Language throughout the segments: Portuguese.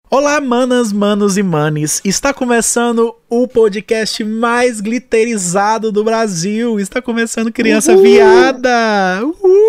Olá, manas, manos e manes. Está começando o podcast mais glitterizado do Brasil. Está começando Criança Viada.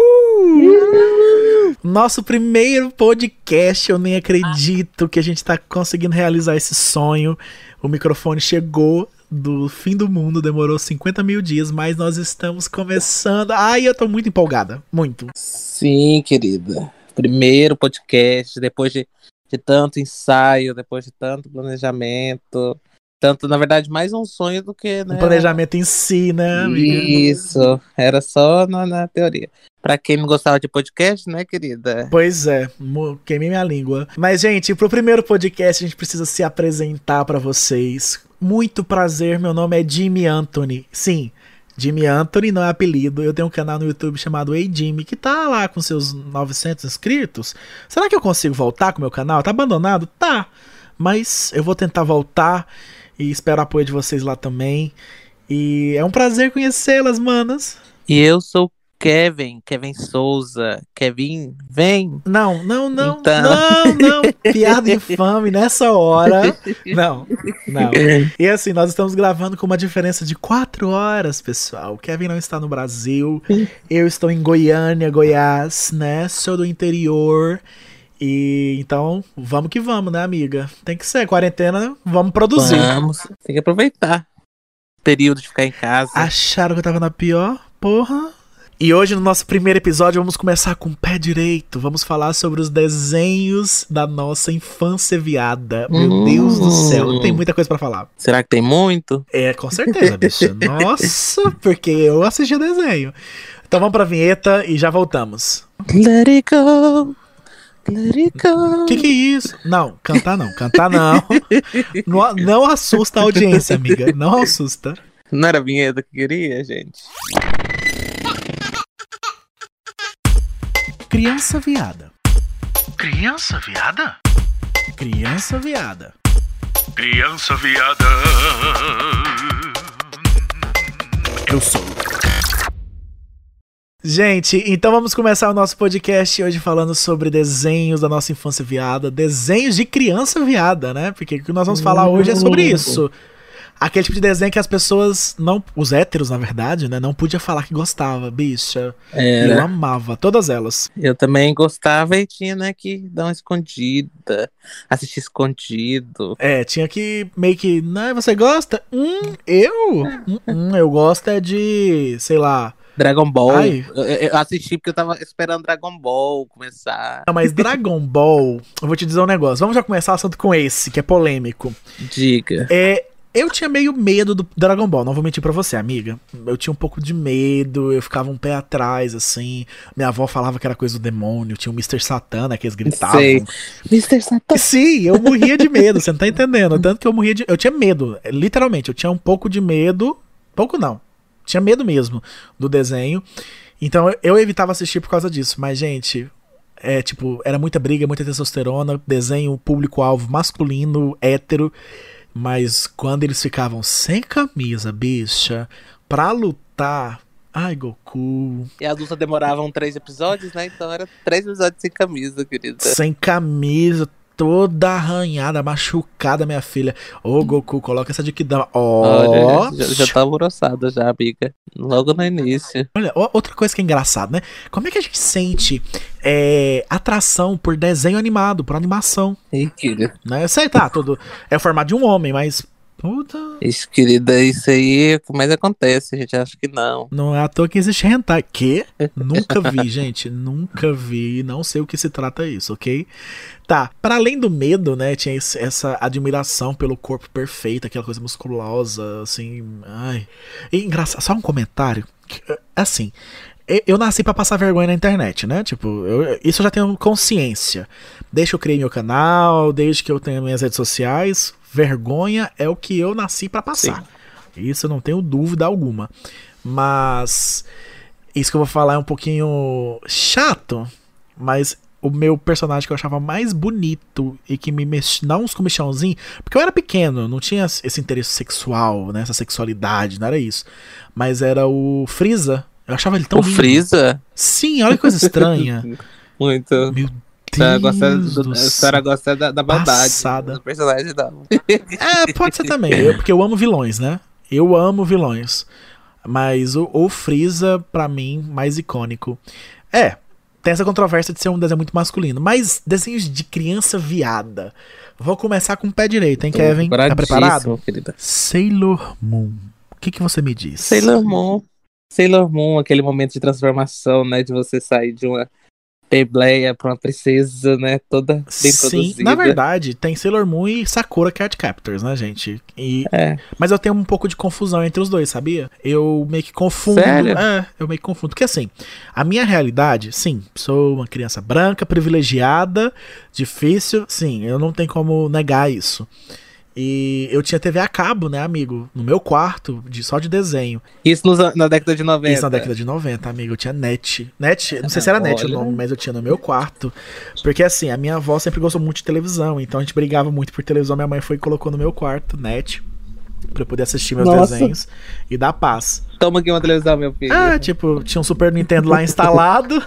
Nosso primeiro podcast. Eu nem acredito que a gente está conseguindo realizar esse sonho. O microfone chegou do fim do mundo, demorou 50 mil dias, mas nós estamos começando. Ai, eu tô muito empolgada, muito. Sim, querida. Primeiro podcast, depois de tanto ensaio, depois de tanto planejamento, tanto, na verdade, mais um sonho do que, né? O planejamento em si, né, amiga? Isso, era só na teoria. Pra quem não gostava de podcast, né, querida? Pois é, queimei minha língua. Mas, gente, pro primeiro podcast a gente precisa se apresentar pra vocês. Muito prazer, meu nome é Jimmy Anthony. Sim, Jimmy Anthony não é apelido. Eu tenho um canal no YouTube chamado Ei Jimmy, que tá lá com seus 900 inscritos. Será que eu consigo voltar com o meu canal? Tá abandonado? Tá. Mas eu vou tentar voltar e espero o apoio de vocês lá também. E é um prazer conhecê-las, manas. E eu sou Kevin Souza. Kevin, vem. Não. Então... Não. Piada infame nessa hora. Não. E assim, nós estamos gravando com uma diferença de 4 horas, pessoal. O Kevin não está no Brasil. Eu estou em Goiânia, Goiás, né? Sou do interior. E então, vamos que vamos, né, amiga? Tem que ser, quarentena, vamos produzir. Vamos, tem que aproveitar o período de ficar em casa. Acharam que eu tava na pior? Porra. E hoje, no nosso primeiro episódio, vamos começar com o pé direito. Vamos falar sobre os desenhos da nossa infância viada. Meu Deus do céu, tem muita coisa pra falar. Será que tem muito? É, com certeza, bicho. Nossa, porque eu assisti o desenho. Então vamos pra vinheta e já voltamos. Let it go. Let it go. Que é isso? Não, cantar não. Não assusta a audiência, amiga. Não assusta. Não era a vinheta que queria, gente? Criança viada. Criança viada? Criança viada. Criança viada. Eu sou. Gente, então vamos começar o nosso podcast hoje falando sobre desenhos da nossa infância viada. Desenhos de criança viada, né? Porque o que nós vamos falar hoje é sobre isso. Aquele tipo de desenho que as pessoas, não, os héteros, na verdade, né, não podia falar que gostava, bicha. Eu amava, todas elas. Eu também gostava e tinha, né, que dar uma escondida, assistir escondido. É, tinha que meio que, né, você gosta? Eu gosto é de, sei lá... Dragon Ball. Eu assisti porque eu tava esperando Dragon Ball começar. Não, mas Dragon Ball, eu vou te dizer um negócio. Vamos já começar o assunto com esse, que é polêmico. Diga. Eu tinha meio medo do Dragon Ball, não vou mentir pra você, amiga. Eu tinha um pouco de medo, eu ficava um pé atrás, assim. Minha avó falava que era coisa do demônio, tinha o Mr. Satan, né, que eles gritavam. Sei. Mr. Satan. Sim, eu morria de medo, você não tá entendendo. Tanto que eu tinha medo, literalmente, eu tinha um pouco de medo. Pouco não, tinha medo mesmo do desenho. Então eu evitava assistir por causa disso. Mas, gente, era muita briga, muita testosterona, desenho público-alvo masculino, hétero. Mas quando eles ficavam sem camisa, bicha, pra lutar... Ai, Goku... E as lutas demoravam 3 episódios, né? Então era 3 episódios sem camisa, querida. Sem camisa, toda arranhada, machucada, minha filha. Ô, Goku, coloca essa de que dá... Olha, já tá alvoroçada já, amiga. Logo no início. Olha, outra coisa que é engraçada, né? Como é que a gente sente atração por desenho animado, por animação? Ih, querida. Né? Eu sei, tá, tudo é o formato de um homem, mas... Puta... Isso, querida, isso aí é o que mais acontece, a gente acha que não. Não é à toa que existe hentai. Que? Nunca vi, gente, nunca vi, não sei o que se trata isso, ok? Tá, para além do medo, né, tinha essa admiração pelo corpo perfeito, aquela coisa musculosa, assim, ai. E engraçado, só um comentário, assim... Eu nasci pra passar vergonha na internet, né? Tipo, isso eu já tenho consciência. Desde que eu criei meu canal, desde que eu tenho minhas redes sociais, vergonha é o que eu nasci pra passar. Sim. Isso eu não tenho dúvida alguma. Mas isso que eu vou falar é um pouquinho chato, mas o meu personagem que eu achava mais bonito e que me dá uns comichãozinhos, porque eu era pequeno, não tinha esse interesse sexual, né? Essa sexualidade, não era isso. Mas era o Freeza. Eu achava ele tão lindo. O Freeza? Sim, olha que coisa estranha. Muito. Meu A senhora gosta da maldade Passada. do personagem, não. Pode ser também, porque eu amo vilões, né? Eu amo vilões. Mas o Freeza, pra mim, mais icônico. Tem essa controvérsia de ser um desenho muito masculino. Mas desenhos de criança viada. Vou começar com o pé direito, hein, Kevin? Tá preparado? Querida. Sailor Moon. O que você me diz? Sailor Moon, aquele momento de transformação, né? De você sair de uma plebeia pra uma princesa, né? Toda bem Sim, produzida. na verdade, tem Sailor Moon e Sakura Card Captors, né, gente? Mas eu tenho um pouco de confusão entre os dois, sabia? Eu meio que confundo. Sério? Eu meio que confundo. Porque assim, a minha realidade, sim, sou uma criança branca, privilegiada, difícil, sim, eu não tenho como negar isso. E eu tinha TV a cabo, né, amigo? No meu quarto, só de desenho. Isso na década de 90. Isso na década de 90, amigo. Eu tinha net. Não sei se era net o nome, mas eu tinha no meu quarto. Porque assim, a minha avó sempre gostou muito de televisão. Então a gente brigava muito por televisão. Minha mãe foi e colocou no meu quarto, net. Pra eu poder assistir meus desenhos e dar paz. Toma aqui uma televisão, meu filho. Tipo, tinha um Super Nintendo lá instalado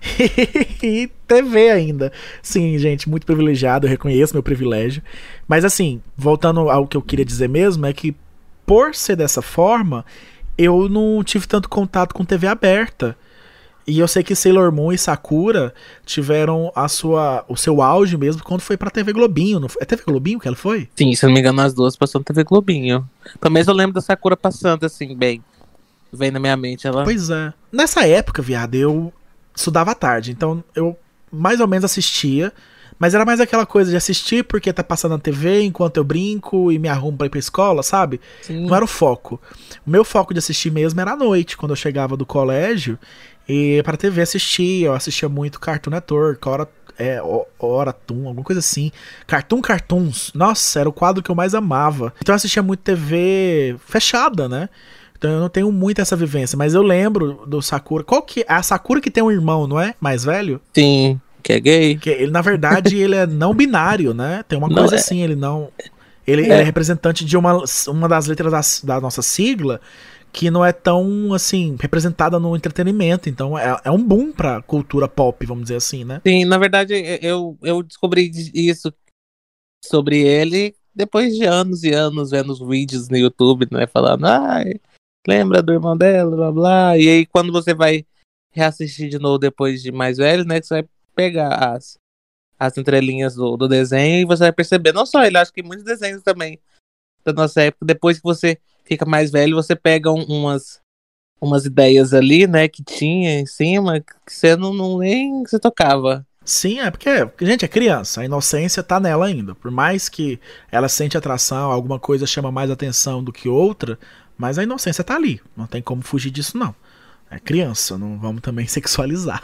e TV ainda. Sim, gente, muito privilegiado, eu reconheço meu privilégio. Mas assim, voltando ao que eu queria dizer mesmo, é que por ser dessa forma, eu não tive tanto contato com TV aberta. E eu sei que Sailor Moon e Sakura tiveram o seu auge mesmo quando foi pra TV Globinho. Não foi? É TV Globinho que ela foi? Sim, se eu não me engano, as duas passou no TV Globinho. Pelo menos eu lembro da Sakura passando, assim, bem. Vem na minha mente ela. Pois é. Nessa época, viado, eu estudava à tarde. Então eu mais ou menos assistia. Mas era mais aquela coisa de assistir porque tá passando na TV enquanto eu brinco e me arrumo pra ir pra escola, sabe? Sim. Não era o foco. O meu foco de assistir mesmo era à noite, quando eu chegava do colégio. E pra TV assistir, eu assistia muito Cartoon Network, Hora Toon, alguma coisa assim. Cartoons. Nossa, era o quadro que eu mais amava. Então eu assistia muito TV fechada, né? Então eu não tenho muito essa vivência. Mas eu lembro do Sakura. Qual que é? A Sakura que tem um irmão, não é? Mais velho? Sim, que é gay. Que ele, na verdade, ele é não binário, né? Tem uma coisa assim, ele não... Ele é representante de uma das letras da nossa sigla que não é tão, assim, representada no entretenimento. Então é um boom pra cultura pop, vamos dizer assim, né? Sim, na verdade, eu descobri isso sobre ele depois de anos e anos vendo os vídeos no YouTube, né? Falando, lembra do irmão dela, blá blá. E aí, quando você vai reassistir de novo depois de mais velho, né? Que você vai pegar as entrelinhas do desenho e você vai perceber, não só ele, acho que muitos desenhos também da nossa época, depois que você fica mais velho, você pega umas ideias ali, né, que tinha em cima, que você nem se tocava. Sim, porque, gente, é criança, a inocência tá nela ainda. Por mais que ela sente atração, alguma coisa chama mais atenção do que outra, mas a inocência tá ali, não tem como fugir disso não. É criança, não vamos também sexualizar.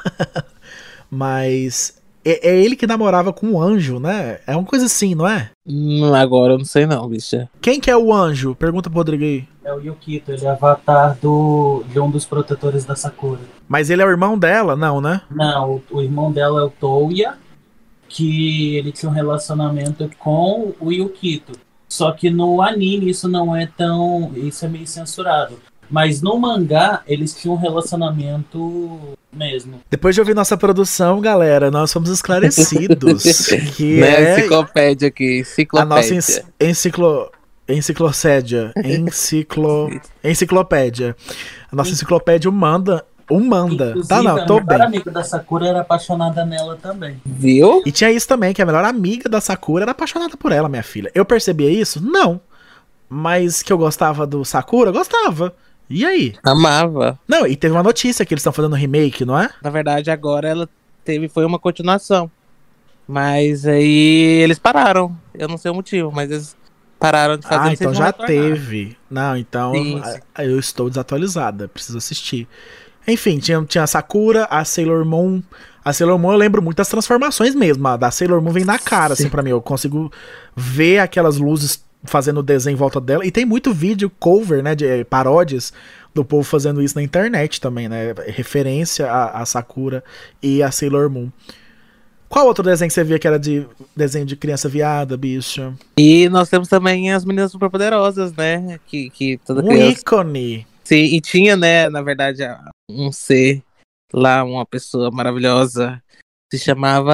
Mas é ele que namorava com o anjo, né? É uma coisa assim, não é? Agora eu não sei não, bicha. Quem que é o anjo? Pergunta pro Rodrigo aí. É o Yukito, ele é avatar de um dos protetores da Sakura. Mas ele é o irmão dela? Não, né? Não, o irmão dela é o Touya, que ele tinha um relacionamento com o Yukito. Só que no anime isso não é tão... Isso é meio censurado. Mas no mangá, eles tinham um relacionamento mesmo. Depois de ouvir nossa produção, galera, nós fomos esclarecidos. Que é enciclopédia aqui, enciclopédia. A nossa enciclopédia. A nossa enciclopédia humana. Inclusive, Tá, não, tô bem. A melhor amiga da Sakura era apaixonada nela também. Viu? E tinha isso também, que a melhor amiga da Sakura era apaixonada por ela, minha filha. Eu percebia isso? Não. Mas que eu gostava do Sakura? Gostava. E aí? Amava. Não, e teve uma notícia que eles estão fazendo remake, não é? Na verdade, agora foi uma continuação. Mas aí eles pararam. Eu não sei o motivo, mas eles pararam de fazer. Então já teve. Não, então sim. Eu estou desatualizada. Preciso assistir. Enfim, tinha a Sakura, a Sailor Moon. A Sailor Moon eu lembro muito das transformações mesmo. A da Sailor Moon vem na cara, assim, pra mim. Eu consigo ver aquelas luzes fazendo o desenho em volta dela. E tem muito vídeo cover, né, de paródias do povo fazendo isso na internet também, né? Referência a Sakura e a Sailor Moon. Qual outro desenho que você via que era de desenho de criança viada, bicho? E nós temos também as meninas superpoderosas, né? Que toda criança... ícone! Sim, e tinha, né, na verdade, um ser lá, uma pessoa maravilhosa, se chamava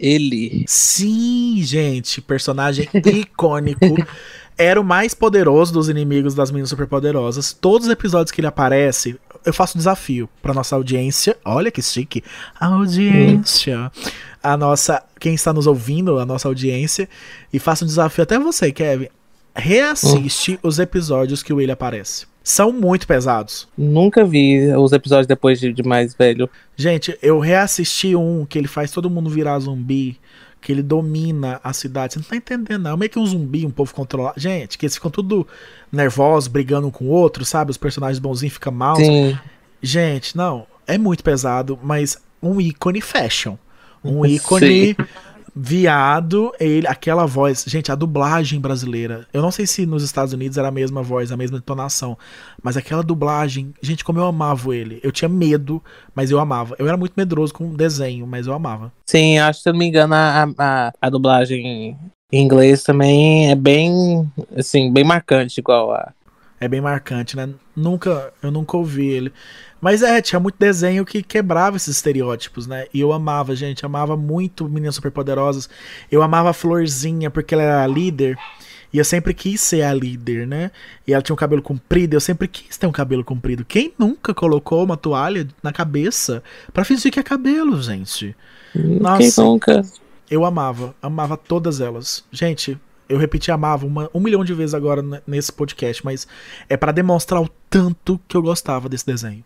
Ele. Sim, gente, personagem icônico. Era o mais poderoso dos inimigos das meninas superpoderosas. Todos os episódios que ele aparece, eu faço um desafio pra nossa audiência. Olha que chique. Audiência. Quem está nos ouvindo, a nossa audiência. E faço um desafio até você, Kevin. Reassiste os episódios que o Will aparece. São muito pesados. Nunca vi os episódios depois de mais velho. Gente, eu reassisti um que ele faz todo mundo virar zumbi, que ele domina a cidade. Você não tá entendendo, não. É meio que um zumbi, um povo controlado. Gente, que eles ficam tudo nervosos, brigando um com o outro, sabe? Os personagens bonzinhos ficam mal. Sim. Gente, não. É muito pesado, mas um ícone fashion. Um ícone viado. Aquela voz. Gente, a dublagem brasileira. Eu não sei se nos Estados Unidos era a mesma voz, a mesma entonação. Mas aquela dublagem. Gente, como eu amava ele. Eu tinha medo, mas eu amava. Eu era muito medroso com o desenho, mas eu amava. Sim, acho que, se eu não me engano, a dublagem em inglês também é bem, assim, bem marcante, igual a... É bem marcante, né? Eu nunca ouvi ele. Mas tinha muito desenho que quebrava esses estereótipos, né? E eu amava, gente. Amava muito Meninas Superpoderosas. Eu amava a Florzinha, porque ela era a líder. E eu sempre quis ser a líder, né? E ela tinha um cabelo comprido. Eu sempre quis ter um cabelo comprido. Quem nunca colocou uma toalha na cabeça pra fingir que é cabelo, gente? Nossa, Quem nunca? Eu amava todas elas. Gente, eu repeti amava 1 milhão de vezes agora nesse podcast, mas é pra demonstrar o tanto que eu gostava desse desenho.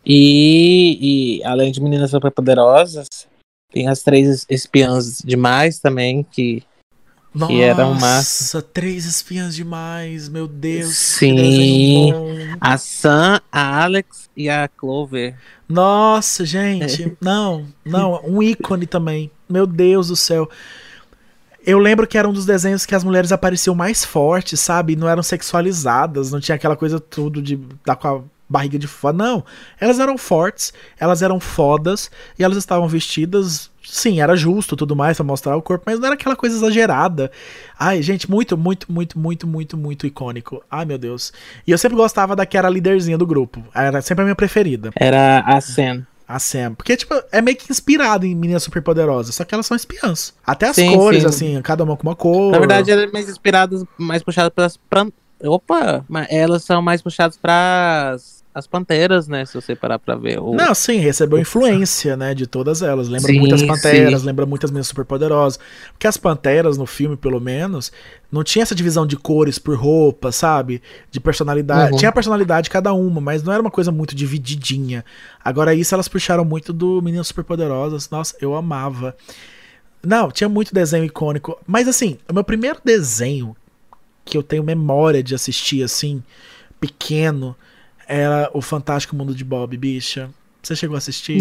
E além de Meninas Superpoderosas, tem as 3 espiãs demais também, que eram massa. Nossa, 3 espiãs demais, meu Deus. Sim, que desenho bom. a Sam, a Alex e a Clover. Nossa, gente, não, um ícone também. Meu Deus do céu. Eu lembro que era um dos desenhos que as mulheres apareciam mais fortes, sabe? Não eram sexualizadas, não tinha aquela coisa tudo de dar com a barriga de fora. Não, elas eram fortes, elas eram fodas e elas estavam vestidas. Sim, era justo tudo mais pra mostrar o corpo, mas não era aquela coisa exagerada. Ai, gente, muito, muito, muito, muito, muito, muito icônico. Ai, meu Deus. E eu sempre gostava da que era a líderzinha do grupo. Era sempre a minha preferida. Era a Sam. A Sam. Porque, tipo, é meio que inspirado em Meninas Superpoderosas, só que elas são espiãs. Até as Sim, cores, sim. assim, cada uma com uma cor. Na verdade, elas mais inspiradas, mais puxadas mas elas são mais puxadas para as panteras, né? Se você parar pra ver. Não, sim, recebeu influência, né, de todas elas. Lembra Sim, muitas panteras, sim. lembra muitas Meninas Superpoderosas. Porque as panteras, no filme, pelo menos, não tinha essa divisão de cores por roupa, sabe? De personalidade. Uhum. Tinha a personalidade de cada uma, mas não era uma coisa muito divididinha. Agora, isso elas puxaram muito do Meninas Superpoderosas. Nossa, eu amava. Não, tinha muito desenho icônico. Mas, assim, o meu primeiro desenho que eu tenho memória de assistir, assim, pequeno, era o Fantástico Mundo de Bob, bicha. Você chegou a assistir?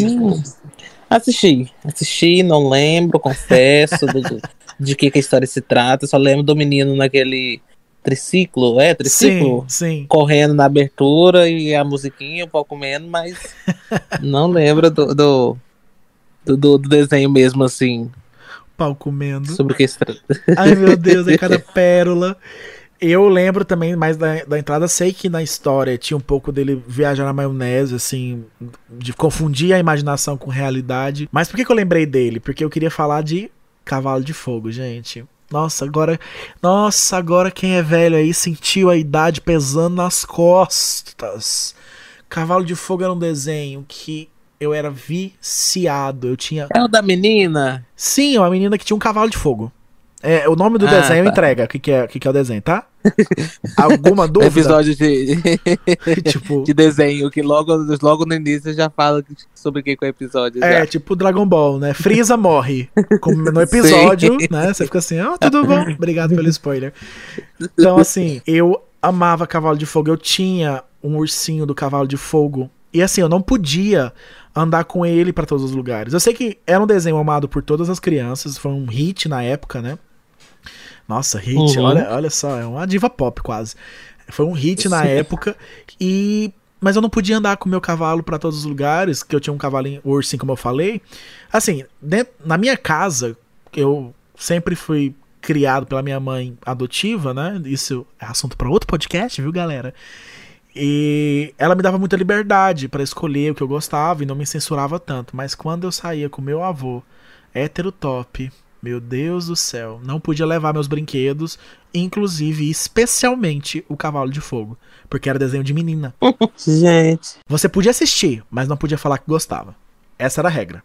Assisti, não lembro, confesso de que a história se trata. Só lembro do menino naquele triciclo, triciclo? Sim. Correndo na abertura e a musiquinha, um pouco menos, mas não lembro do desenho mesmo, assim. Pau comendo. Sobre o que se trata. Ai, meu Deus, é cada pérola. Eu lembro também mais da entrada, sei que na história tinha um pouco dele viajar na maionese, assim, de confundir a imaginação com realidade. Mas por que eu lembrei dele? Porque eu queria falar de Cavalo de Fogo, gente. Nossa, agora quem é velho aí sentiu a idade pesando nas costas. Cavalo de Fogo era um desenho que eu era viciado. Eu tinha... É o da menina? Sim, é uma menina que tinha um cavalo de fogo. O nome do desenho entrega o que é o desenho, tá? Alguma dúvida? Episódio de, tipo, de desenho, que logo no início já fala sobre o que é o episódio. Já. Tipo Dragon Ball, né? Freeza morre no episódio, né? Você fica assim, tudo bom, obrigado pelo spoiler. Então, assim, eu amava Cavalo de Fogo. Eu tinha um ursinho do Cavalo de Fogo. E assim, eu não podia andar com ele pra todos os lugares. Eu sei que era um desenho amado por todas as crianças, foi um hit na época, né? Nossa, hit, olha só, é uma diva pop quase. Foi um hit na época, mas eu não podia andar com o meu cavalo pra todos os lugares, que eu tinha um cavalinho, o ursinho, como eu falei. Assim, na minha casa, eu sempre fui criado pela minha mãe adotiva, né? Isso é assunto pra outro podcast, viu, galera? E ela me dava muita liberdade pra escolher o que eu gostava e não me censurava tanto. Mas quando eu saía com meu avô, hétero top, Meu Deus do céu. Não podia levar meus brinquedos, inclusive, especialmente o Cavalo de Fogo, porque era desenho de menina. Gente. Você podia assistir, mas não podia falar que gostava. Essa era a regra.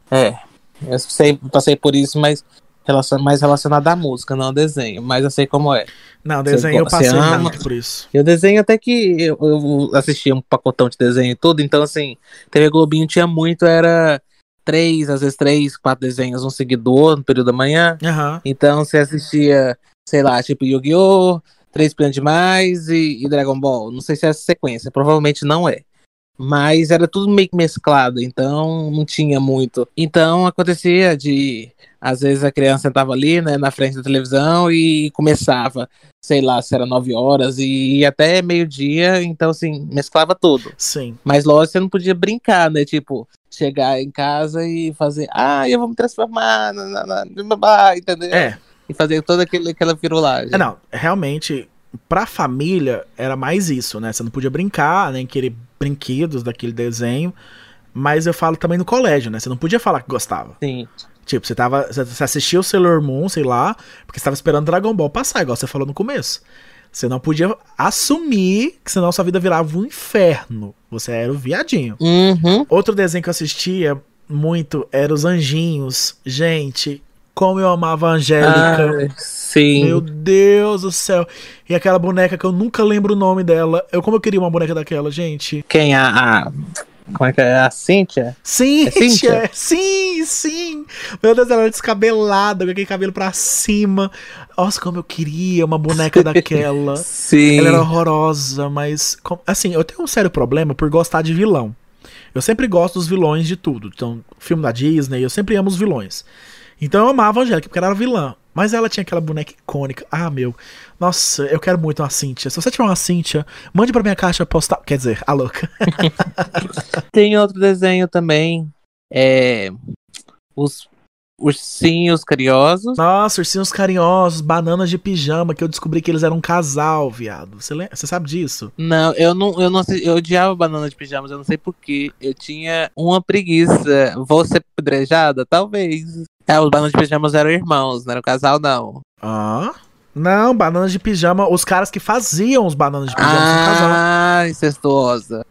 Eu passei por isso, mas mais relacionado à música, não ao desenho. Mas eu sei como é. Não, desenho eu passei muito por isso. Eu desenho até que eu assistia um pacotão de desenho e tudo, então assim, TV Globinho tinha muito, era 3, às vezes 3, 4 desenhos, um seguidor no período da manhã. Uhum. Então você assistia, sei lá, tipo Yu-Gi-Oh!, 3 Espiãs Demais e Dragon Ball. Não sei se é essa sequência, provavelmente não é. Mas era tudo meio que mesclado, então não tinha muito. Então acontecia de, às vezes a criança sentava ali, né, na frente da televisão e começava, sei lá, se era 9 horas e ia até meio-dia, então assim, mesclava tudo. Sim. Mas lógico, você não podia brincar, né, tipo, chegar em casa e fazer, eu vou me transformar, entendeu? E fazer toda aquela firulagem. Não, realmente, pra família era mais isso, né? Você não podia brincar, nem querer brinquedos daquele desenho. Mas eu falo também no colégio, né? Você não podia falar que gostava. Sim. Tipo, você assistia o Sailor Moon, sei lá, porque você tava esperando Dragon Ball passar, igual você falou no começo. Você não podia assumir que senão sua vida virava um inferno. Você era o viadinho. Uhum. Outro desenho que eu assistia muito era Os Anjinhos. Gente, como eu amava a Angélica. Sim. Meu Deus do céu. E aquela boneca que eu nunca lembro o nome dela. Como eu queria uma boneca daquela, gente. Quem? Como é que é? A Cíntia? Cíntia? Sim. Meu Deus, ela era descabelada, com aquele cabelo pra cima. Nossa, como eu queria uma boneca daquela. Sim. Ela era horrorosa, mas... Assim, eu tenho um sério problema por gostar de vilão. Eu sempre gosto dos vilões de tudo. Então, filme da Disney, eu sempre amo os vilões. Então eu amava a Angélica, porque ela era vilã. Mas ela tinha aquela boneca icônica. Meu. Nossa, eu quero muito uma Cíntia. Se você tiver uma Cíntia, mande pra minha caixa postal. Quer dizer, a louca. Tem outro desenho também. Os Ursinhos Carinhosos. Nossa, Ursinhos Carinhosos, Bananas de Pijama, que eu descobri que eles eram um casal, viado. Você sabe disso? Não, eu não sei, eu odiava Banana de Pijamas, eu não sei porquê. Eu tinha uma preguiça. Vou ser apedrejada? Talvez. Os Bananas de Pijamas eram irmãos, não era um casal, não. Não, Bananas de Pijama, os caras que faziam os Bananas de Pijama são um casal. Incestuosa.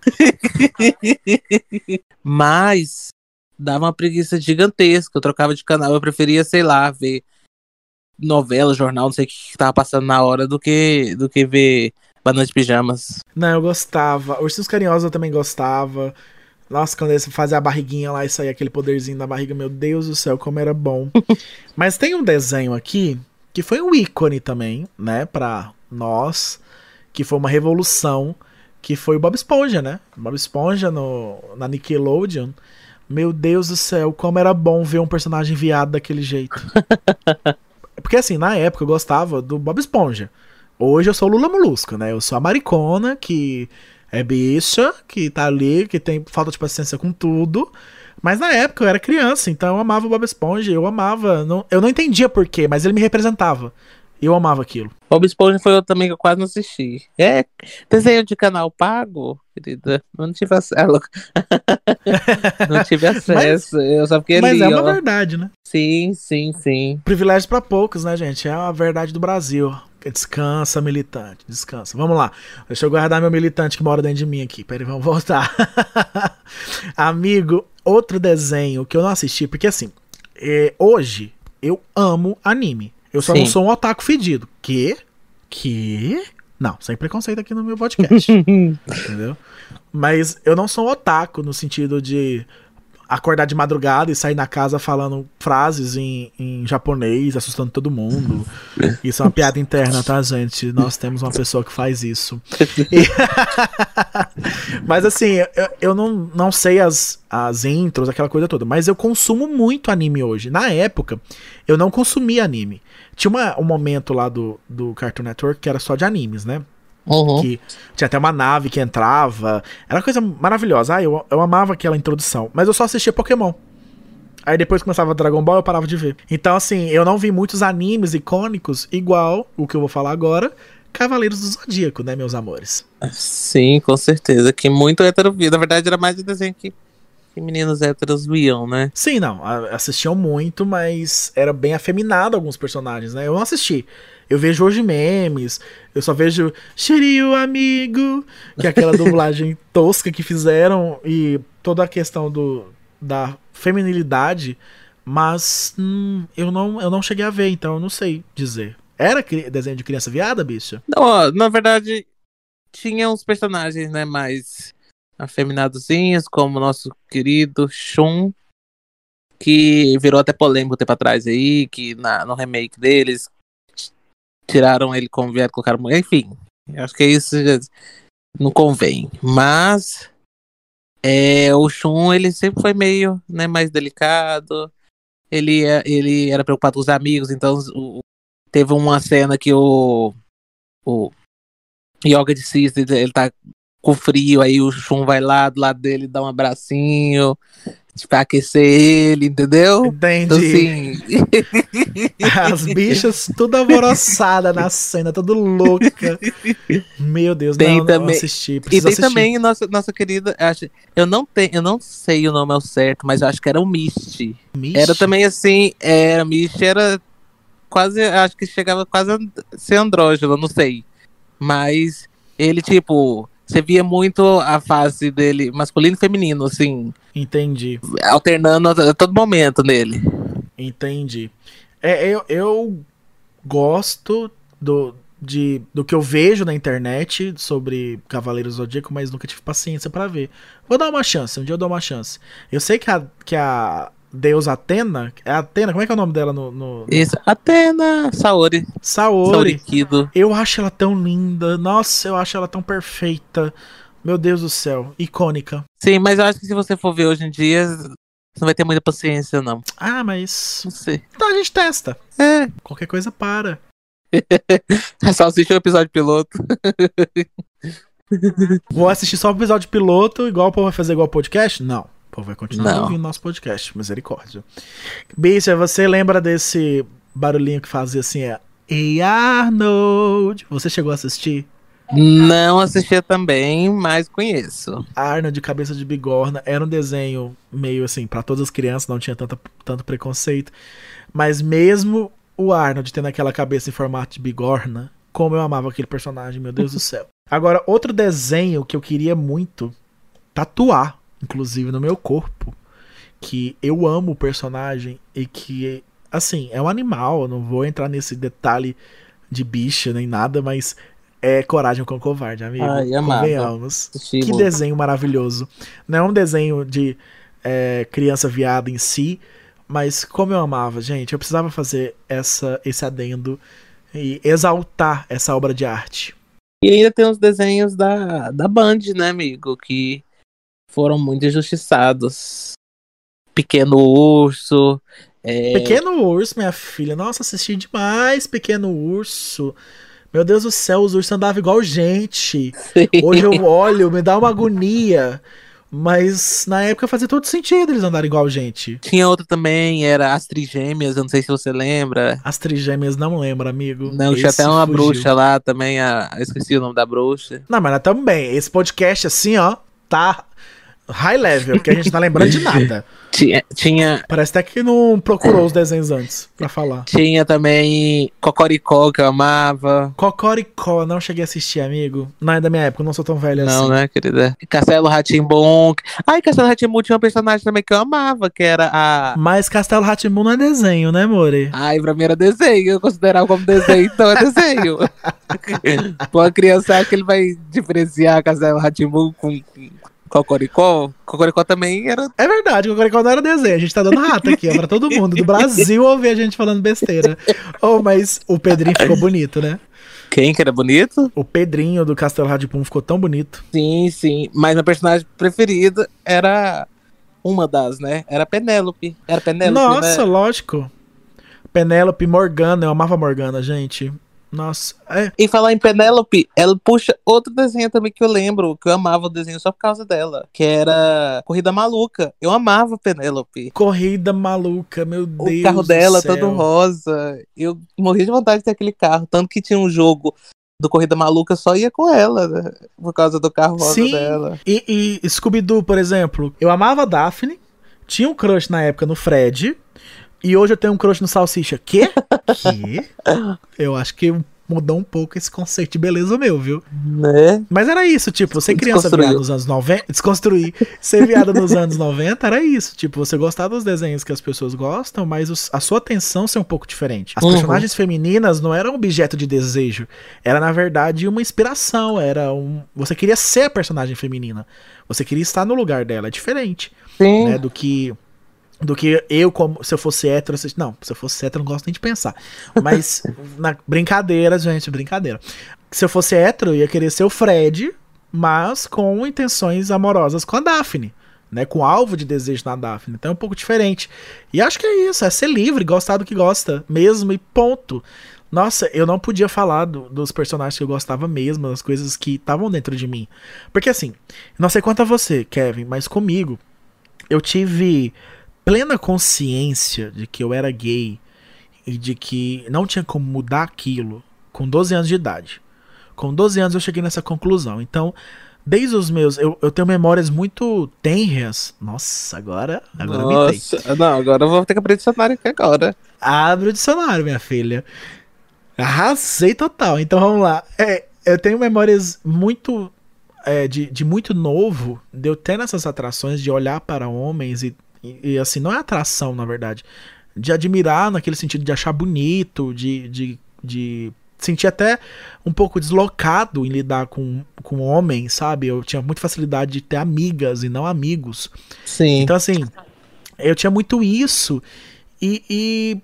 Mas dava uma preguiça gigantesca. Eu trocava de canal, eu preferia, sei lá, ver novela, jornal, não sei o que tava passando na hora do que ver Bananas de Pijamas. Não, eu gostava. Ursinhos Carinhosos eu também gostava. Nossa, quando eles faziam a barriguinha lá e saía aquele poderzinho da barriga, meu Deus do céu, como era bom. Mas tem um desenho aqui que foi um ícone também, né, pra nós, que foi uma revolução, que foi o Bob Esponja, né? Bob Esponja na Nickelodeon. Meu Deus do céu, como era bom ver um personagem viado daquele jeito. Porque assim, na época eu gostava do Bob Esponja. Hoje eu sou o Lula Molusco, né? Eu sou a maricona que é bicha, que tá ali, que tem falta de paciência com tudo. Mas na época eu era criança, então eu amava o Bob Esponja. Eu amava. Eu não entendia porquê, mas ele me representava. E eu amava aquilo. Bob Esponja foi outro também que eu quase não assisti. Desenho de canal pago, querida. Eu não tive acesso. Não tive acesso. Eu só fiquei ali. Mas é uma verdade, né? Sim. Privilégio pra poucos, né, gente? É a verdade do Brasil. Descansa, militante, descansa. Vamos lá. Deixa eu guardar meu militante que mora dentro de mim aqui. Peraí, vamos voltar. Amigo, outro desenho que eu não assisti, porque assim, hoje eu amo anime. Eu só não sou um otaku fedido. Que? Não, sem preconceito aqui no meu podcast. Entendeu? Mas eu não sou um otaku no sentido de acordar de madrugada e sair na casa falando frases em japonês, assustando todo mundo. Isso é uma piada interna, tá, gente? Nós temos uma pessoa que faz isso. Mas assim, eu não sei as intros, aquela coisa toda, mas eu consumo muito anime hoje. Na época, eu não consumia anime. Tinha um momento lá do Cartoon Network que era só de animes, né? Uhum. Que tinha até uma nave que entrava. Era uma coisa maravilhosa. Eu amava aquela introdução. Mas eu só assistia Pokémon. Aí depois que começava Dragon Ball, eu parava de ver. Então, assim, eu não vi muitos animes icônicos igual o que eu vou falar agora, Cavaleiros do Zodíaco, né, meus amores? Sim, com certeza. Que muito heterovídeo. Na verdade, era mais de desenho que que meninos héteros viam, né? Sim, não, assistiam muito, mas era bem afeminado alguns personagens, né? Eu não assisti. Eu vejo hoje memes, eu só vejo Shiryu amigo, que é aquela dublagem tosca que fizeram e toda a questão da feminilidade, mas eu não cheguei a ver, então eu não sei dizer. Era desenho de criança viada, bicha? Não, ó, na verdade, tinha uns personagens, né, mais afeminadozinhos, como o nosso querido Shun, que virou até polêmico um tempo atrás aí, que no remake deles tiraram ele como viado, colocaram mulher, enfim. Acho que isso já não convém. Mas o Shun, ele sempre foi meio, né, mais delicado. Ele era preocupado com os amigos, então teve uma cena que o Yoga de Sister, ele tá com frio, aí o Shun vai lá do lado dele, dá um abracinho, pra aquecer ele, entendeu? Entendi. Então, assim... As bichas tudo alvoroçada na cena, tudo louca. Meu Deus, Tem não também, assisti. e Preciso tem assistir. também nossa querida, eu não sei o nome ao certo, mas eu acho que era o Misty. Misty? Era também assim, Misty era quase, acho que chegava quase a ser andrógeno, não sei. Mas ele, tipo, você via muito a fase dele masculino e feminino, assim, Entendi. alternando a todo momento nele. Entendi. Eu gosto do que eu vejo na internet sobre Cavaleiros do Zodíaco, mas nunca tive paciência pra ver. Vou dar uma chance, um dia eu dou uma chance. Eu sei que a deusa Atena, como é que é o nome dela no... Isso, Atena, Saori Kido. Eu acho ela tão linda. Nossa, eu acho ela tão perfeita. Meu Deus do céu, icônica. Sim, mas eu acho que se você for ver hoje em dia, você não vai ter muita paciência, não. Ah, mas... Não sei. Então a gente testa. É. Qualquer coisa para. Só assistir o episódio piloto. Vou assistir só o episódio piloto, igual o povo vai fazer igual o podcast? Não. O povo vai continuar ouvindo nosso podcast, misericórdia. Bicha, você lembra desse barulhinho que fazia assim, Ei Arnold? Você chegou a assistir? Não assistia também, mas conheço. Arnold de cabeça de bigorna. Era um desenho meio assim, pra todas as crianças, não tinha tanto preconceito. Mas mesmo o Arnold tendo aquela cabeça em formato de bigorna, como eu amava aquele personagem, meu Deus do céu. Agora, outro desenho que eu queria muito tatuar, inclusive no meu corpo, que eu amo o personagem e que, assim, é um animal, eu não vou entrar nesse detalhe de bicha nem nada, mas é Coragem com o Covarde, amigo. Ai, amava. Convenhamos. Que desenho maravilhoso. Não é um desenho de criança viada em si, mas como eu amava, gente, eu precisava fazer esse adendo e exaltar essa obra de arte. E ainda tem os desenhos da Band, né, amigo? Que foram muito injustiçados. Pequeno Urso. Pequeno Urso, minha filha. Nossa, assisti demais Pequeno Urso. Meu Deus do céu, os ursos andavam igual gente. Sim. Hoje eu olho, me dá uma agonia. Mas na época fazia todo sentido eles andarem igual gente. Tinha outro também, era As Trigêmeas, eu não sei se você lembra. As Trigêmeas não lembro, amigo. Não, tinha até uma bruxa lá também, eu esqueci o nome da bruxa. Não, mas nós também. Esse podcast assim, ó, tá high level, porque a gente não tá lembrando de nada. Tinha... Parece até que não procurou os desenhos antes pra falar. Tinha também Cocoricó, que eu amava. Cocoricó, não cheguei a assistir, amigo. Não é da minha época, eu não sou tão velho assim. Não, né, querida? Castelo Rá-Tim-Bum. Ai, Castelo Rá-Tim-Bum tinha um personagem também que eu amava, que era a... Mas Castelo Rá-Tim-Bum não é desenho, né, More? Ai, pra mim era desenho, eu considerava como desenho, então é desenho. Pô, a criança acha que ele vai diferenciar Castelo Rá-Tim-Bum com Cocoricó. Cocoricó também era... É verdade, Cocoricó não era desenho. A gente tá dando rato aqui, ó, pra todo mundo do Brasil ouvir a gente falando besteira. Oh, mas o Pedrinho ficou bonito, né? Quem que era bonito? O Pedrinho do Castelo Rá-Tim-Bum ficou tão bonito. Sim, sim. Mas meu personagem preferido era uma das, né? Era Penélope. Era Penélope, Nossa, né? lógico. Penélope, Morgana, eu amava Morgana, gente. Nossa, E falar em Penélope, ela puxa outro desenho também que eu lembro, que eu amava o desenho só por causa dela, que era Corrida Maluca. Eu amava Penélope. Corrida Maluca, meu Deus. O carro dela do céu. todo rosa. Eu morri de vontade de ter aquele carro, tanto que tinha um jogo do Corrida Maluca só ia com ela, né? Por causa do carro rosa Sim, dela. e Scooby-Doo, por exemplo, eu amava a Daphne, tinha um crush na época no Fred, e hoje eu tenho um crush no Salsicha. Quê? Que? Eu acho que mudou um pouco esse conceito de beleza meu, viu? Né? Mas era isso, tipo, ser criança viada nos anos 90, desconstruir, ser viada nos anos 90 era isso, tipo, você gostar dos desenhos que as pessoas gostam, mas a sua atenção ser um pouco diferente. As personagens femininas não eram objeto de desejo, era na verdade uma inspiração, você queria ser a personagem feminina, você queria estar no lugar dela, é diferente, Sim. né, do que eu, como se eu fosse hétero, não, se eu fosse hétero, eu não gosto nem de pensar. Mas, brincadeira, gente, brincadeira. Se eu fosse hétero, eu ia querer ser o Fred, mas com intenções amorosas com a Daphne, né? Com alvo de desejo na Daphne. Então é um pouco diferente. E acho que é isso, é ser livre, gostar do que gosta mesmo e ponto. Nossa, eu não podia falar dos personagens que eu gostava mesmo, das coisas que estavam dentro de mim. Porque assim, não sei quanto a você, Kevin, mas comigo, eu tive plena consciência de que eu era gay e de que não tinha como mudar aquilo com 12 anos de idade. Com 12 anos eu cheguei nessa conclusão. Então, desde os meus... Eu tenho memórias muito tenras. Nossa, agora Nossa, não, agora eu vou ter que abrir o dicionário aqui agora. Abre o dicionário, minha filha. Arrasei total. Então vamos lá. Eu tenho memórias muito... de muito novo, de eu ter essas atrações de olhar para homens e assim, não é atração, na verdade, de admirar naquele sentido de achar bonito, de sentir até um pouco deslocado em lidar com homens, sabe? Eu tinha muita facilidade de ter amigas e não amigos. Sim. Então, assim, eu tinha muito isso e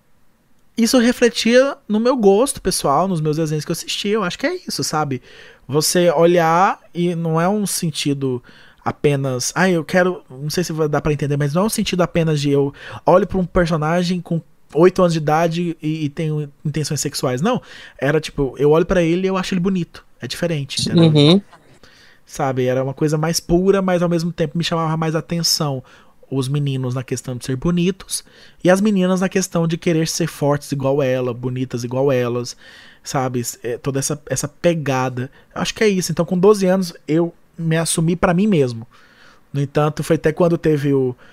isso refletia no meu gosto pessoal, nos meus desenhos que eu assistia. Eu acho que é isso, sabe? Você olhar e não é um sentido apenas... eu quero... Não sei se vai dar pra entender, mas não é um sentido apenas de eu olho pra um personagem com 8 anos de idade e tenho intenções sexuais. Não. Era tipo, eu olho pra ele e eu acho ele bonito. É diferente, entendeu? Uhum. Sabe? Era uma coisa mais pura, mas ao mesmo tempo me chamava mais atenção. Os meninos na questão de ser bonitos e as meninas na questão de querer ser fortes igual ela, bonitas igual elas, sabe? Toda essa pegada. Eu acho que é isso. Então, com 12 anos, eu me assumi pra mim mesmo. No entanto, foi até quando teve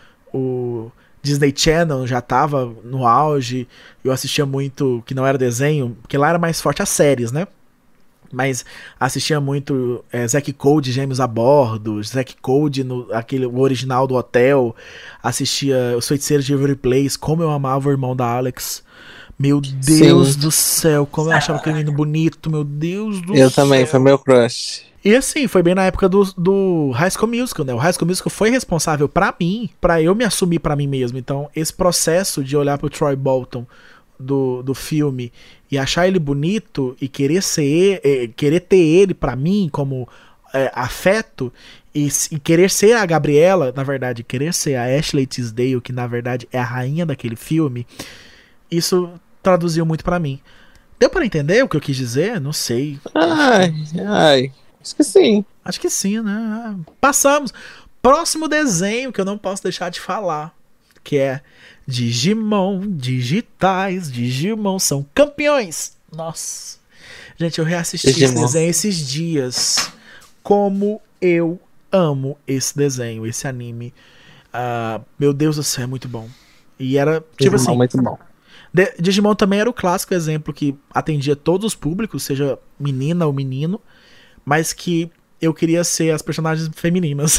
o Disney Channel, já tava no auge, eu assistia muito, que não era desenho, porque lá era mais forte as séries, né? Mas assistia muito Zack Code, Gêmeos a Bordo, Zack Code, o original do Hotel, assistia Os Feiticeiros de Waverly Place, como eu amava o irmão da Alex. Meu Deus Sim. do céu, como eu achava aquele menino bonito, meu Deus do céu. Eu também, foi meu crush. E assim, foi bem na época do High School Musical, né? O High School Musical foi responsável pra mim, pra eu me assumir pra mim mesmo. Então, esse processo de olhar pro Troy Bolton do filme e achar ele bonito e querer querer ter ele pra mim como afeto e querer ser a Gabriela, na verdade, querer ser a Ashley Tisdale, que na verdade é a rainha daquele filme, isso traduziu muito pra mim. Deu pra entender o que eu quis dizer? Não sei. Ai, acho que sim. Acho que sim, né? Passamos. Próximo desenho que eu não posso deixar de falar, que é Digimon, digitais, Digimon são campeões. Nossa. Gente, eu reassisti esse desenho esses dias. Como eu amo esse desenho, esse anime. Meu Deus do céu, é muito bom. E era, tipo Digimon, assim... muito bom. Digimon também era o clássico exemplo que atendia todos os públicos, seja menina ou menino, mas que eu queria ser as personagens femininas.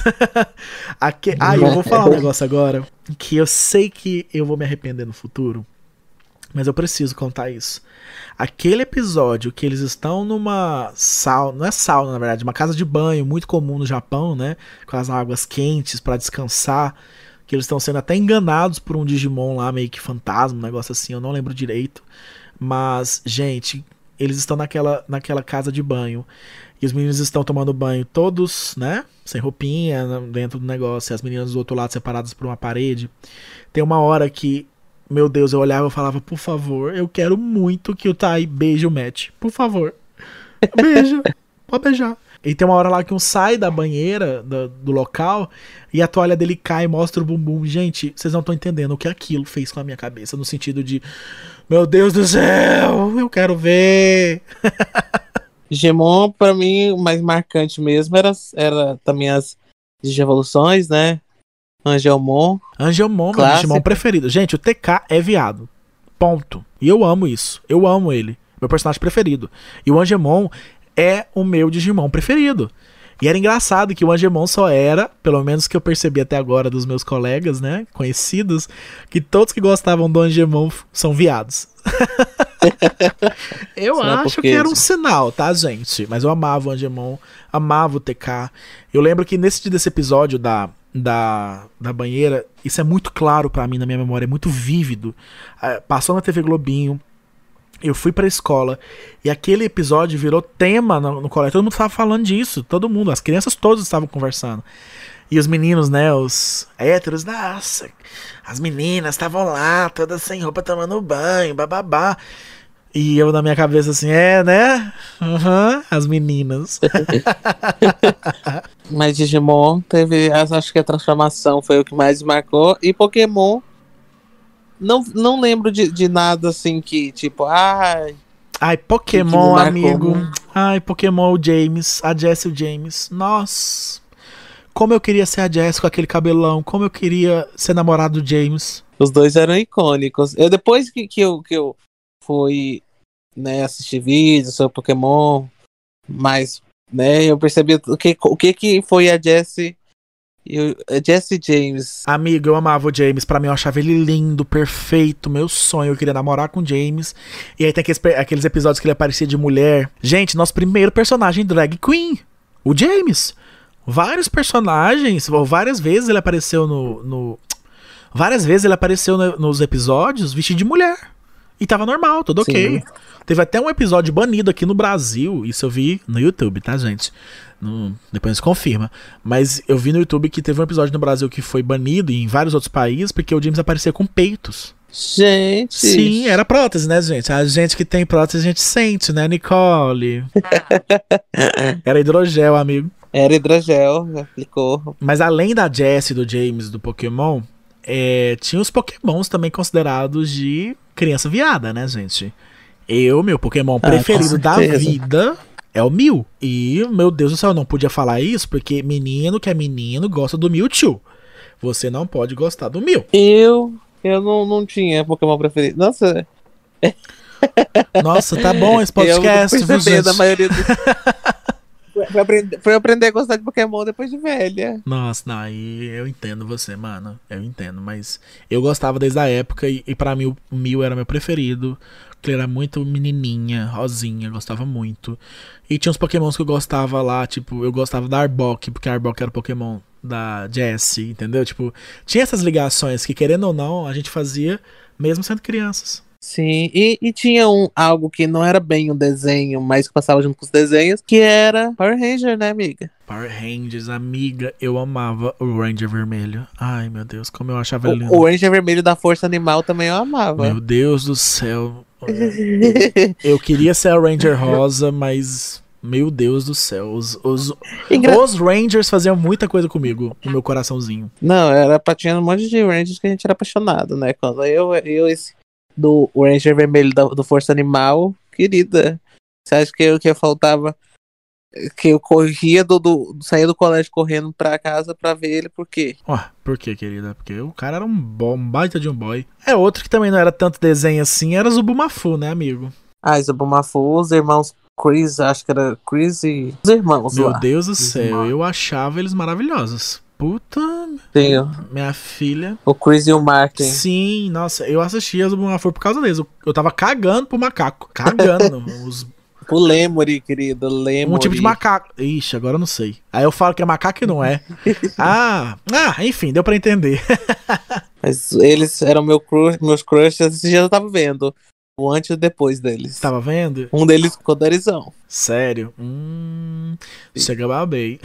Eu vou falar um negócio agora que eu sei que eu vou me arrepender no futuro, mas eu preciso contar isso. Aquele episódio que eles estão numa sauna, não é sauna na verdade, uma casa de banho muito comum no Japão, né, com as águas quentes pra descansar, que eles estão sendo até enganados por um Digimon lá, meio que fantasma, um negócio assim, eu não lembro direito. Mas, gente, eles estão naquela casa de banho. E os meninos estão tomando banho todos, né? Sem roupinha, dentro do negócio. E as meninas do outro lado separadas por uma parede. Tem uma hora que, meu Deus, eu olhava e falava, por favor, eu quero muito que o Tai beije o Matt. Por favor. Beija. Pode beijar. E tem uma hora lá que um sai da banheira do local e a toalha dele cai e mostra o bumbum. Gente, vocês não estão entendendo o que aquilo fez com a minha cabeça. No sentido de, meu Deus do céu, eu quero ver. Digimon, pra mim, o mais marcante mesmo era também as Digievoluções, né? Angelmon. Angelmon, meu Clássico. Digimon preferido. Gente, o TK é viado. Ponto. E eu amo isso. Eu amo ele. Meu personagem preferido. E o Angemon é o meu Digimon preferido. E era engraçado que o Angemon só era, pelo menos que eu percebi até agora dos meus colegas, né, conhecidos, que todos que gostavam do Angemon são viados. Eu acho que era um sinal, tá, gente? Mas eu amava o Angemon, amava o TK. Eu lembro que desse episódio da banheira, isso é muito claro pra mim na minha memória, é muito vívido. Passou na TV Globinho, eu fui pra escola e aquele episódio virou tema no colégio. Todo mundo tava falando disso, todo mundo, as crianças todas estavam conversando. E os meninos, né, os héteros, nossa, as meninas estavam lá, todas sem roupa, tomando banho, bababá. E eu na minha cabeça assim, né? As meninas. Mas Digimon teve, acho que a transformação foi o que mais marcou. E Pokémon, não lembro de nada assim que, tipo, Ai, Pokémon, amigo. Ai, Pokémon, o James, a Jessie e o James. Nossa, como eu queria ser a Jessie com aquele cabelão, como eu queria ser namorado do James. Os dois eram icônicos. Depois que eu fui, né, assistir vídeos sobre Pokémon, mas, né, eu percebi o que foi a Jessie James. Amigo, eu amava o James. Pra mim, eu achava ele lindo, perfeito, meu sonho. Eu queria namorar com o James. E aí tem aqueles episódios que ele aparecia de mulher. Gente, nosso primeiro personagem drag queen, o James. Vários personagens, várias vezes ele apareceu várias vezes ele apareceu nos episódios vestido de mulher. E tava normal, tudo ok. Sim. Teve até um episódio banido aqui no Brasil. Isso eu vi no YouTube, tá, gente? Depois confirma. Mas eu vi no YouTube que teve um episódio no Brasil que foi banido e em vários outros países porque o James aparecia com peitos. Gente! Sim, era prótese, né, gente? A gente que tem prótese, a gente sente, né, Nicole? Era hidrogel, amigo. Era hidrogel, aplicou. Mas além da Jessie, do James, do Pokémon, tinha os Pokémons também considerados de criança viada, né, gente? Meu Pokémon preferido da vida é o Mew. E, meu Deus do céu, eu não podia falar isso porque menino que é menino gosta do Mewtwo. Você não pode gostar do Mew. Eu não tinha Pokémon preferido. Nossa, tá bom esse podcast. Eu percebi da maioria Foi aprender a gostar de Pokémon depois de velha. Nossa, não, aí eu entendo você, mano. Eu entendo, mas eu gostava desde a época e pra mim o Mew era meu preferido. Porque ele era muito menininha, rosinha, gostava muito. E tinha uns Pokémons que eu gostava lá, tipo, eu gostava da Arbok, porque a Arbok era o Pokémon da Jessie, entendeu? Tipo, tinha essas ligações que, querendo ou não, a gente fazia mesmo sendo crianças. Sim, e tinha algo que não era bem um desenho, mas que passava junto com os desenhos, que era Power Ranger, né, amiga? Power Rangers, amiga, eu amava o Ranger Vermelho. Ai, meu Deus, como eu achava ele lindo. O Ranger Vermelho da Força Animal também eu amava. Meu Deus do céu. Eu queria ser a Ranger Rosa, mas... Meu Deus do céu, os Rangers faziam muita coisa comigo, no meu coraçãozinho. Não, tinha um monte de Rangers que a gente era apaixonado, né? Quando esse do Ranger Vermelho do Força Animal, querida, você acha que eu faltava, que eu corria saía do colégio correndo pra casa pra ver ele, por quê? Por quê, querida? Porque o cara era um baita de um boy. Outro que também não era tanto desenho assim, era Zubumafu, né, amigo? Zubumafu, os irmãos Chris, acho que era Chris e os irmãos Meu lá. Deus do céu, eu achava eles maravilhosos. Puta, sim, minha filha. O Chris e o Martin. Sim, nossa, eu assistia Zubumafu por causa deles. Eu tava cagando pro macaco. Cagando. O Lemuri, querido, Lemuri. Um tipo de macaco. Ixi, agora eu não sei. Aí eu falo que é macaco e não é. Enfim, deu pra entender. Mas eles eram meus crushes, esses dias eu tava vendo. O antes e depois deles. Tava vendo? Um deles ficou Dorizão. Sério? Chega babei.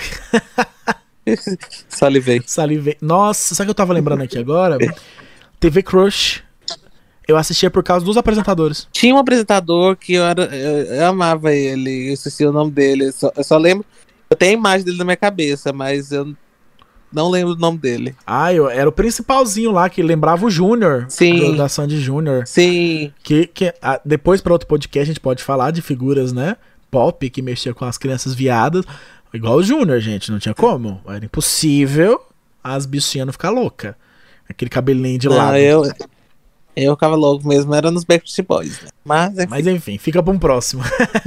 Salivei. Nossa, sabe o que eu tava lembrando aqui agora? TV Crush. Eu assistia por causa dos apresentadores. Tinha um apresentador que eu amava ele, eu esqueci o nome dele. Eu só lembro. Eu tenho a imagem dele na minha cabeça, mas eu não lembro o nome dele. Era o principalzinho lá, que lembrava o Júnior. Sim. Da Sandy Júnior. Sim. Que depois, para outro podcast, a gente pode falar de figuras, né? pop que mexia com as crianças viadas, igual o Júnior, gente, não tinha como. Era impossível as bichinhas não ficar loucas. Aquele cabelinho de lado. Eu ficava louco mesmo, era nos Backstreet Boys, né? Mas enfim, fica pra um próximo.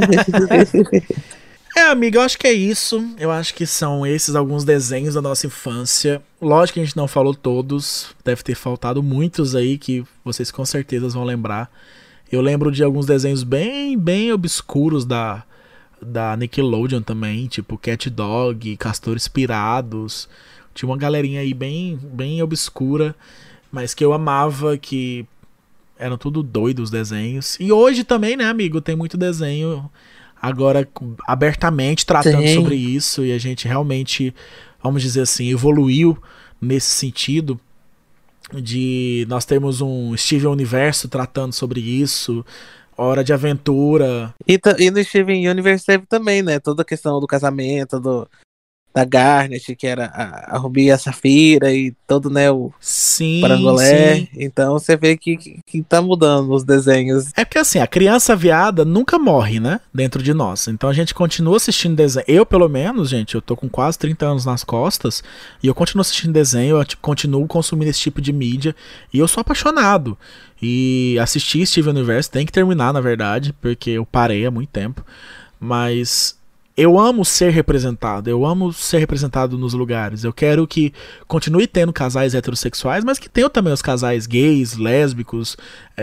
Amiga, eu acho que é isso. Eu acho que são esses alguns desenhos da nossa infância. Lógico que a gente não falou todos. Deve ter faltado muitos aí que vocês com certeza vão lembrar. Eu lembro de alguns desenhos bem, bem obscuros da Nickelodeon também. Tipo Cat Dog, Castores Pirados. Tinha uma galerinha aí bem, bem obscura. Mas que eu amava, que eram tudo doidos os desenhos. E hoje também, né, amigo? Tem muito desenho agora abertamente tratando sobre isso, e a gente realmente, vamos dizer assim, evoluiu nesse sentido de nós termos um Steven Universo tratando sobre isso, Hora de Aventura. E no Steven Universe teve também, né, toda a questão do casamento, da Garnet, que era a Ruby e a Safira, e todo, né, o Parangolé. Sim. Então você vê que tá mudando os desenhos. É porque assim, a criança viada nunca morre, né, dentro de nós. Então a gente continua assistindo desenho. Eu, pelo menos, gente, eu tô com quase 30 anos nas costas, e eu continuo assistindo desenho, eu continuo consumindo esse tipo de mídia, e eu sou apaixonado. E assistir Steven Universe tem que terminar, na verdade, porque eu parei há muito tempo. Mas eu amo ser representado nos lugares. Eu quero que continue tendo casais heterossexuais, mas que tenham também os casais gays, lésbicos,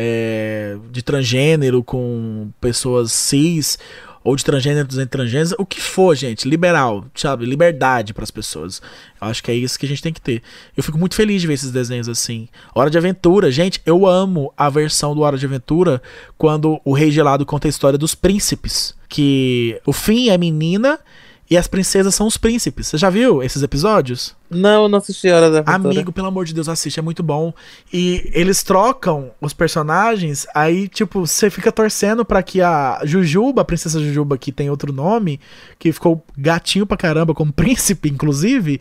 de transgênero com pessoas cis, ou de transgêneros entre transgêneros, o que for, gente, liberal, sabe, liberdade para as pessoas. Eu acho que é isso que a gente tem que ter. Eu fico muito feliz de ver esses desenhos assim. Hora de Aventura, gente, eu amo a versão do Hora de Aventura quando o Rei Gelado conta a história dos príncipes, que o Finn é menina e as princesas são os príncipes. Você já viu esses episódios? Não, eu não assisti a Hora da Aventura. Amigo, pelo amor de Deus, assiste, é muito bom. E eles trocam os personagens, aí, tipo, você fica torcendo pra que a Jujuba, a princesa Jujuba, que tem outro nome, que ficou gatinho pra caramba, como príncipe, inclusive,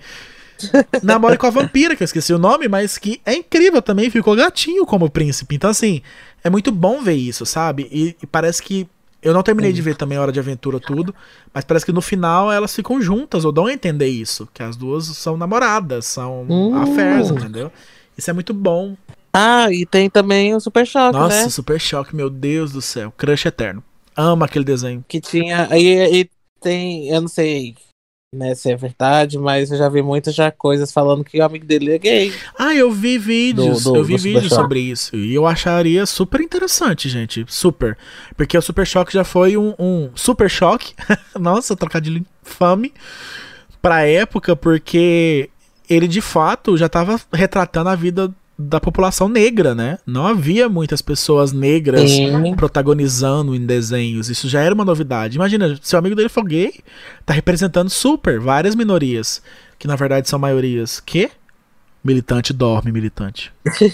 namore com a vampira, que eu esqueci o nome, mas que é incrível também, ficou gatinho como príncipe. Então, assim, é muito bom ver isso, sabe? E parece que eu não terminei de ver também Hora de Aventura tudo, mas parece que no final elas ficam juntas, ou dão a entender isso, que as duas são namoradas, são affairs, entendeu? Isso é muito bom. Ah, e tem também o Super Choque, né? Nossa, Super Choque, meu Deus do céu, crush eterno. Amo aquele desenho. Que tinha, e tem, eu não sei, né, se é verdade, mas eu já vi muitas coisas falando que o amigo dele é gay. Ah, eu vi vídeos, sobre isso. E eu acharia super interessante, gente. Super. Porque o Super Choque já foi um Super Choque. Nossa, trocadilho infame pra época, porque ele de fato já tava retratando a vida da população negra, né? Não havia muitas pessoas negras protagonizando em desenhos. Isso já era uma novidade. Imagina, se o amigo dele for gay, tá representando super várias minorias, que na verdade são maiorias. Que? Militante dorme, militante.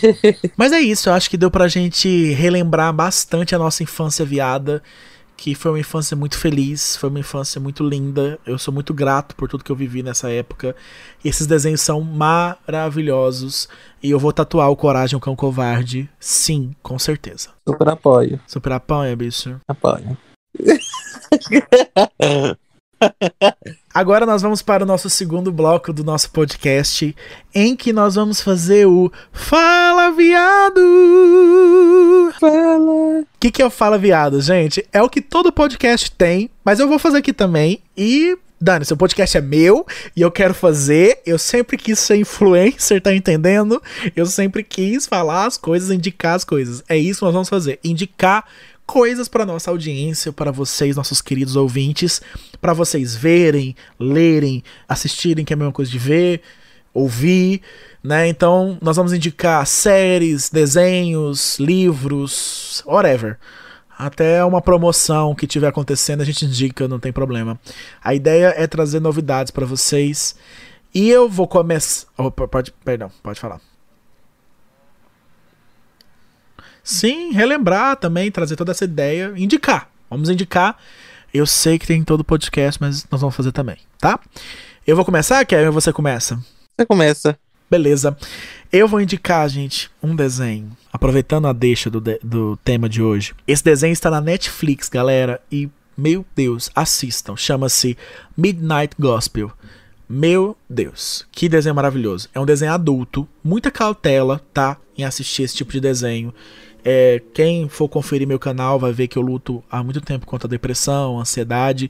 Mas é isso, eu acho que deu pra gente relembrar bastante a nossa infância viada, que foi uma infância muito feliz, foi uma infância muito linda. Eu sou muito grato por tudo que eu vivi nessa época. E esses desenhos são maravilhosos. E eu vou tatuar o Coragem, o Cão Covarde. Sim, com certeza. Super apoio. Super apoia, bicho. Apoio. Agora nós vamos para o nosso segundo bloco do nosso podcast, em que nós vamos fazer o Fala Viado! Fala! O que é o Fala Viado, gente? É o que todo podcast tem, mas eu vou fazer aqui também. E, Dani, seu podcast é meu e eu quero fazer. Eu sempre quis ser influencer, tá entendendo? Eu sempre quis falar as coisas, indicar as coisas. É isso que nós vamos fazer. Indicar coisas para nossa audiência, para vocês, nossos queridos ouvintes, para vocês verem, lerem, assistirem, que é a mesma coisa de ver, ouvir, né? Então, nós vamos indicar séries, desenhos, livros, whatever. Até uma promoção que tiver acontecendo, a gente indica, não tem problema. A ideia é trazer novidades para vocês. E eu vou começar... Pode falar. Sim, relembrar também, trazer toda essa ideia, indicar. Vamos indicar. Eu sei que tem em todo podcast, mas nós vamos fazer também, tá? Eu vou começar, Kevin, ou você começa? Você começa. Beleza. Eu vou indicar, gente, um desenho. Aproveitando a deixa do tema de hoje. Esse desenho está na Netflix, galera. E, meu Deus, assistam. Chama-se Midnight Gospel. Meu Deus, que desenho maravilhoso. É um desenho adulto, muita cautela, tá? Em assistir esse tipo de desenho. Quem for conferir meu canal vai ver que eu luto há muito tempo contra a depressão, ansiedade.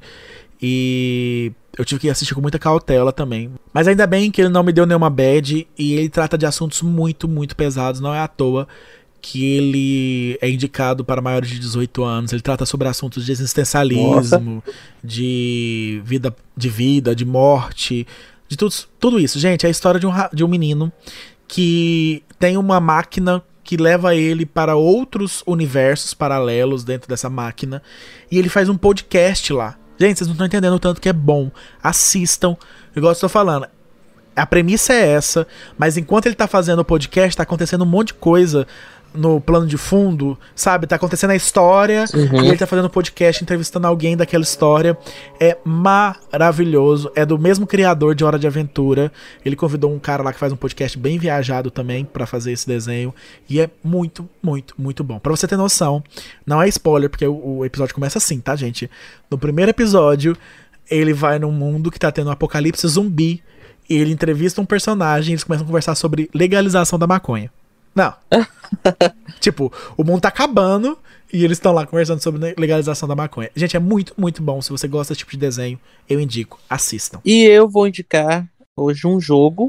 E eu tive que assistir com muita cautela também. Mas ainda bem que ele não me deu nenhuma bad. E ele trata de assuntos muito, muito pesados. Não é à toa que ele é indicado para maiores de 18 anos. Ele trata sobre assuntos de existencialismo, de vida, de morte, de tudo isso. Gente, é a história de um menino que tem uma máquina que leva ele para outros universos paralelos dentro dessa máquina. E ele faz um podcast lá. Gente, vocês não estão entendendo o tanto que é bom. Assistam. Igual eu estou falando. A premissa é essa, mas enquanto ele tá fazendo o podcast, tá acontecendo um monte de coisa no plano de fundo, sabe? Tá acontecendo a história e ele tá fazendo um podcast entrevistando alguém daquela história. É maravilhoso. É do mesmo criador de Hora de Aventura. Ele convidou um cara lá que faz um podcast bem viajado também pra fazer esse desenho. E é muito, muito, muito bom. Pra você ter noção, não é spoiler, porque o episódio começa assim, tá, gente? No primeiro episódio, ele vai num mundo que tá tendo um apocalipse zumbi. E ele entrevista um personagem e eles começam a conversar sobre legalização da maconha. Não. Tipo, o mundo tá acabando e eles estão lá conversando sobre legalização da maconha. Gente, é muito, muito bom. Se você gosta desse tipo de desenho, eu indico. Assistam. E eu vou indicar hoje um jogo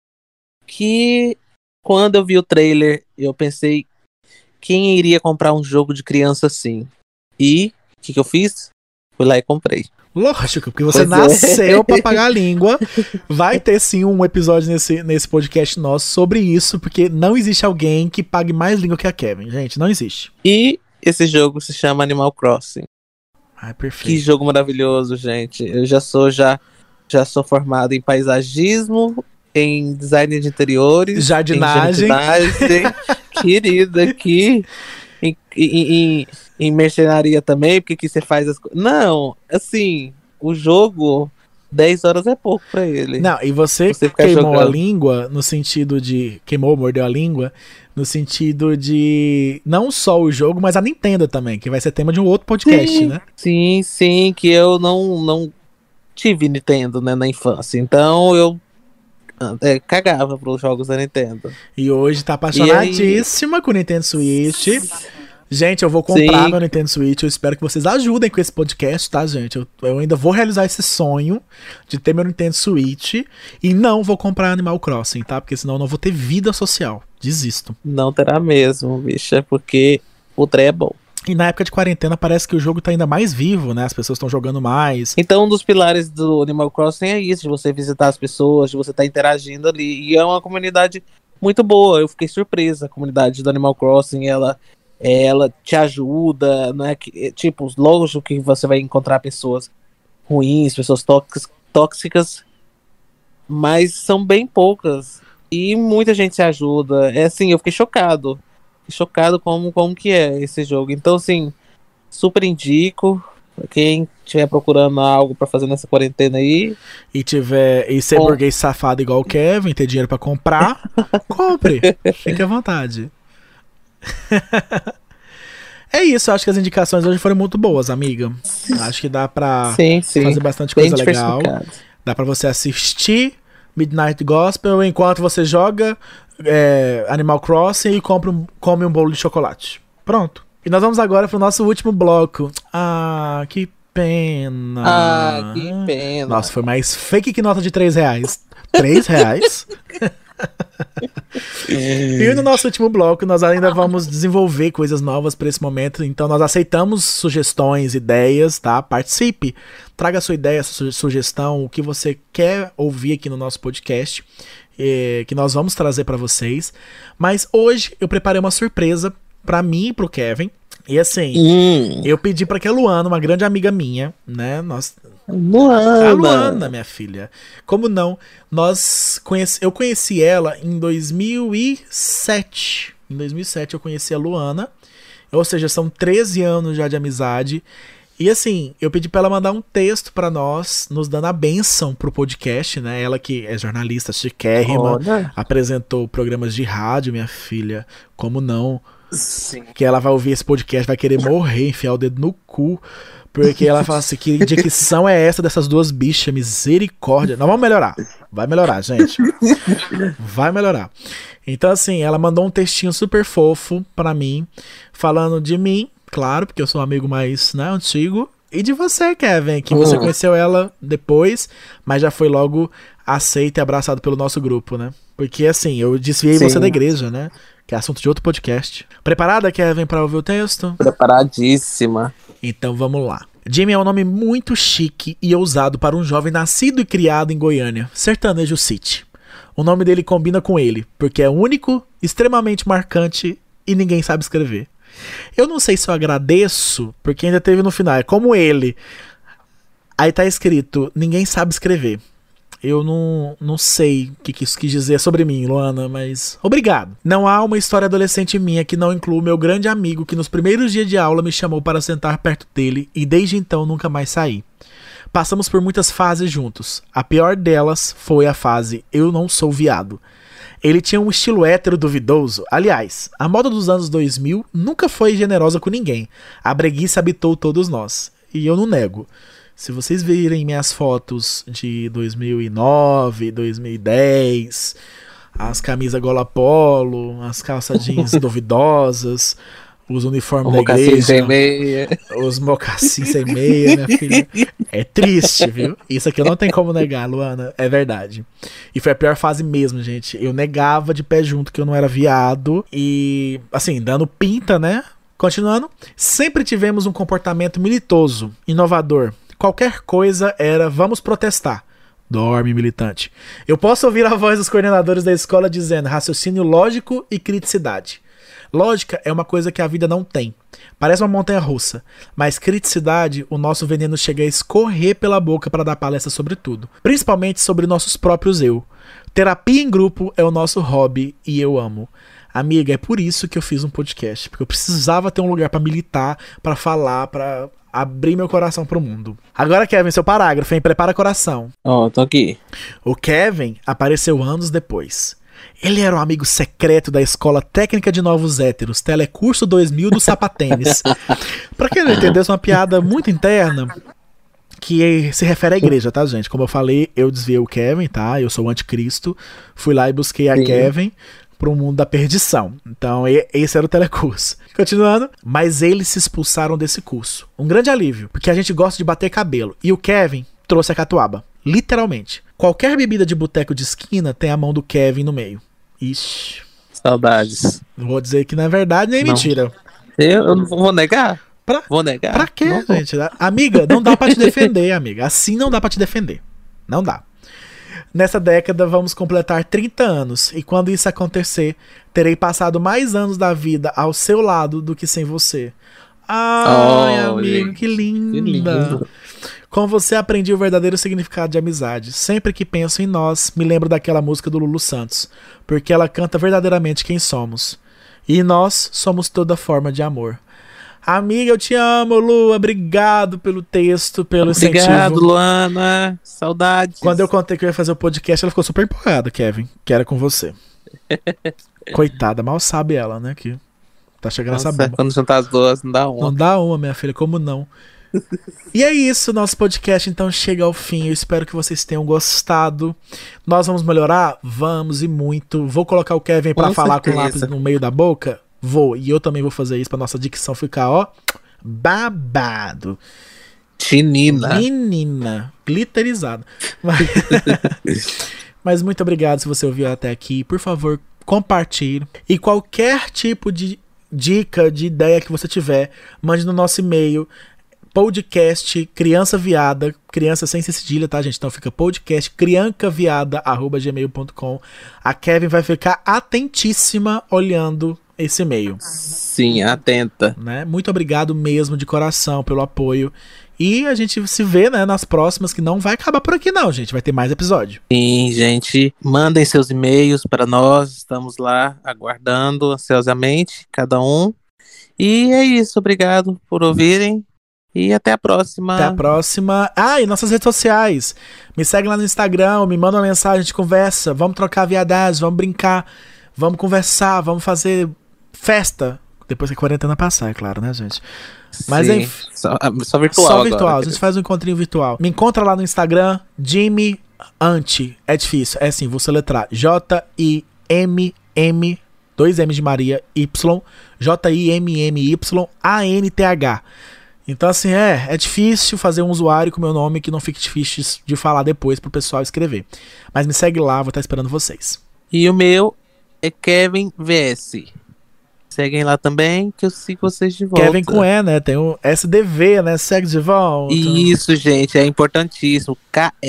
que, quando eu vi o trailer, eu pensei, quem iria comprar um jogo de criança assim? E o que eu fiz? Fui lá e comprei. Lógico, porque você nasceu pra pagar a língua. Vai ter sim um episódio nesse podcast nosso sobre isso, porque não existe alguém que pague mais língua que a Kevin, gente, não existe. E esse jogo se chama Animal Crossing. Ai, perfeito. Que jogo maravilhoso, gente. Eu já sou formado em paisagismo, em design de interiores, jardinagem. Querida, aqui. Em mercenaria também, porque que você faz as coisas. Não, assim, o jogo, 10 horas é pouco pra ele. Não, e você queimou jogando a língua no sentido de. Mordeu a língua, no sentido de não só o jogo, mas a Nintendo também, que vai ser tema de um outro podcast, né? Sim, que eu não tive Nintendo, né, na infância. Então eu cagava pros jogos da Nintendo. E hoje tá apaixonadíssima com o Nintendo Switch. Gente, eu vou comprar meu Nintendo Switch. Eu espero que vocês ajudem com esse podcast, tá, gente? Eu ainda vou realizar esse sonho de ter meu Nintendo Switch. E não vou comprar Animal Crossing, tá? Porque senão eu não vou ter vida social. Desisto. Não terá mesmo, bicha, porque o trem é bom. E na época de quarentena parece que o jogo tá ainda mais vivo, né? As pessoas estão jogando mais. Então um dos pilares do Animal Crossing é isso, de você visitar as pessoas, de você estar interagindo ali. E é uma comunidade muito boa. Eu fiquei surpresa. A comunidade do Animal Crossing, ela te ajuda, né? Tipo, lógico que você vai encontrar pessoas ruins, pessoas tóxicas, mas são bem poucas. E muita gente se ajuda. É assim, eu fiquei chocado. Como que é esse jogo. Então, assim, super indico. Quem estiver procurando algo pra fazer nessa quarentena aí. E ser burguês safado igual o Kevin, ter dinheiro pra comprar, compre. Fique à vontade. É isso, acho que as indicações hoje foram muito boas, amiga. Acho que dá pra fazer bastante coisa legal. Dá pra você assistir Midnight Gospel enquanto você joga Animal Crossing e come um bolo de chocolate. Pronto. E nós vamos agora pro nosso último bloco. Ah, que pena. Nossa, foi mais fake que nota de R$3. R$3? E no nosso último bloco nós ainda vamos desenvolver coisas novas para esse momento. Então nós aceitamos sugestões, ideias, tá? Participe, traga a sua ideia, a sua sugestão, o que você quer ouvir aqui no nosso podcast, que nós vamos trazer para vocês. Mas hoje eu preparei uma surpresa para mim e pro Kevin. E assim, eu pedi para que a Luana, uma grande amiga minha, né? A Luana, minha filha. Como não? Eu conheci ela em 2007. Em 2007 eu conheci a Luana. Ou seja, são 13 anos já de amizade. E assim, eu pedi pra ela mandar um texto pra nós, nos dando a bênção pro podcast, né? Ela que é jornalista chiquérrima, apresentou programas de rádio, minha filha. Como não? Sim. Que ela vai ouvir esse podcast, vai querer morrer, enfiar o dedo no cu. Porque ela fala assim, que dicção é essa dessas duas bichas? Misericórdia. Não, vamos melhorar. Vai melhorar, gente. Vai melhorar. Então, assim, ela mandou um textinho super fofo pra mim, falando de mim, claro, porque eu sou um amigo mais, né, antigo, e de você, Kevin, que você conheceu ela depois, mas já foi logo aceito e abraçado pelo nosso grupo, né? Porque, assim, eu desviei você da igreja, né? Que é assunto de outro podcast. Preparada, Kevin, pra ouvir o texto? Preparadíssima. Então vamos lá. Jimmy é um nome muito chique e ousado para um jovem nascido e criado em Goiânia, Sertanejo City. O nome dele combina com ele, porque é único, extremamente marcante e ninguém sabe escrever. Eu não sei se eu agradeço, porque ainda teve no final, é como ele. Aí tá escrito, ninguém sabe escrever. Eu não sei o que isso quis dizer sobre mim, Luana, mas obrigado. Não há uma história adolescente minha que não inclua o meu grande amigo que nos primeiros dias de aula me chamou para sentar perto dele e desde então nunca mais saí. Passamos por muitas fases juntos. A pior delas foi a fase eu não sou viado. Ele tinha um estilo hétero duvidoso. Aliás, a moda dos anos 2000 nunca foi generosa com ninguém. A breguice habitou todos nós. E eu não nego. Se vocês virem minhas fotos de 2009, 2010, as camisas gola polo, as calças jeans duvidosas, os uniformes da igreja, sem meia. os mocassins sem meia, minha filha. É triste, viu? Isso aqui eu não tenho como negar, Luana. É verdade. E foi a pior fase mesmo, gente. Eu negava de pé junto que eu não era viado. E, assim, dando pinta, né? Continuando. Sempre tivemos um comportamento militoso, inovador. Qualquer coisa era vamos protestar. Dorme, militante. Eu posso ouvir a voz dos coordenadores da escola dizendo raciocínio lógico e criticidade. Lógica é uma coisa que a vida não tem. Parece uma montanha-russa. Mas criticidade, o nosso veneno chega a escorrer pela boca para dar palestra sobre tudo. Principalmente sobre nossos próprios eu. Terapia em grupo é o nosso hobby e eu amo. Amiga, é por isso que eu fiz um podcast. Porque eu precisava ter um lugar para militar, para falar, para abrir meu coração pro mundo. Agora, Kevin, seu parágrafo, hein? Prepara coração. Tô aqui. O Kevin apareceu anos depois. Ele era um amigo secreto da Escola Técnica de Novos Héteros, Telecurso 2000 do Sapatênis. Pra quem não entendeu, é uma piada muito interna que se refere à igreja, tá, gente? Como eu falei, eu desviei o Kevin, tá? Eu sou o anticristo. Fui lá e busquei a Kevin pro mundo da perdição. Então, esse era o telecurso. Continuando. Mas eles se expulsaram desse curso. Um grande alívio, porque a gente gosta de bater cabelo. E o Kevin trouxe a catuaba. Literalmente. Qualquer bebida de boteco de esquina tem a mão do Kevin no meio. Ixi. Saudades. Vou dizer que não é verdade nem mentira. Eu não vou negar. Vou negar. Pra quê, não, gente? Amiga, não dá pra te defender, amiga. Assim não dá pra te defender. Não dá. Nessa década vamos completar 30 anos e quando isso acontecer, terei passado mais anos da vida ao seu lado do que sem você. Ai, amigo, que linda. Que lindo. Com você aprendi o verdadeiro significado de amizade. Sempre que penso em nós, me lembro daquela música do Lulu Santos, porque ela canta verdadeiramente quem somos. E nós somos toda forma de amor. Amiga, eu te amo, Lu. Obrigado pelo texto, pelo incentivo. Obrigado, Luana. Saudades. Quando eu contei que eu ia fazer o podcast, ela ficou super empolgada, Kevin, que era com você. Coitada, mal sabe ela, né, que tá chegando essa bomba. Quando juntar as duas, não dá uma. Não dá uma, minha filha, como não? E é isso, nosso podcast então chega ao fim. Eu espero que vocês tenham gostado. Nós vamos melhorar? Vamos, e muito. Vou colocar o Kevin pra falar com o lápis no meio da boca? Vou, e eu também vou fazer isso pra nossa dicção ficar, ó, babado. Menina, glitterizado. Mas muito obrigado se você ouviu até aqui. Por favor, compartilhe. E qualquer tipo de dica, de ideia que você tiver, mande no nosso e-mail, podcast criança viada, criança sem cedilha, tá, gente? Então fica podcast criancaviada@gmail.com. A Kevin vai ficar atentíssima olhando esse e-mail. Sim, atenta. Né? Muito obrigado mesmo de coração pelo apoio. E a gente se vê, né, nas próximas, que não vai acabar por aqui não, gente. Vai ter mais episódio. Sim, gente. Mandem seus e-mails para nós. Estamos lá aguardando ansiosamente, cada um. E é isso. Obrigado por ouvirem. E até a próxima. Até a próxima. Ah, e nossas redes sociais. Me segue lá no Instagram, me manda uma mensagem, a gente conversa. Vamos trocar viadagens, vamos brincar, vamos conversar, vamos fazer festa. Depois que a quarentena passar, é claro, né, gente? Mas Sim, enfim. só virtual Só agora. virtual. A gente faz um encontrinho virtual. Me encontra lá no Instagram, Jimmy Anti. É difícil. É assim, vou soletrar. J-I-M-M, 2 M de Maria, Y, J-I-M-M-Y-A-N-T-H. Então, assim, é difícil fazer um usuário com meu nome que não fique difícil de falar depois pro pessoal escrever. Mas me segue lá, vou estar esperando vocês. E o meu é Kevin VS. Seguem lá também, que eu sigo vocês de volta. Kevin com E, né? Tem o SDV, né? Segue de volta. Isso, gente, é importantíssimo.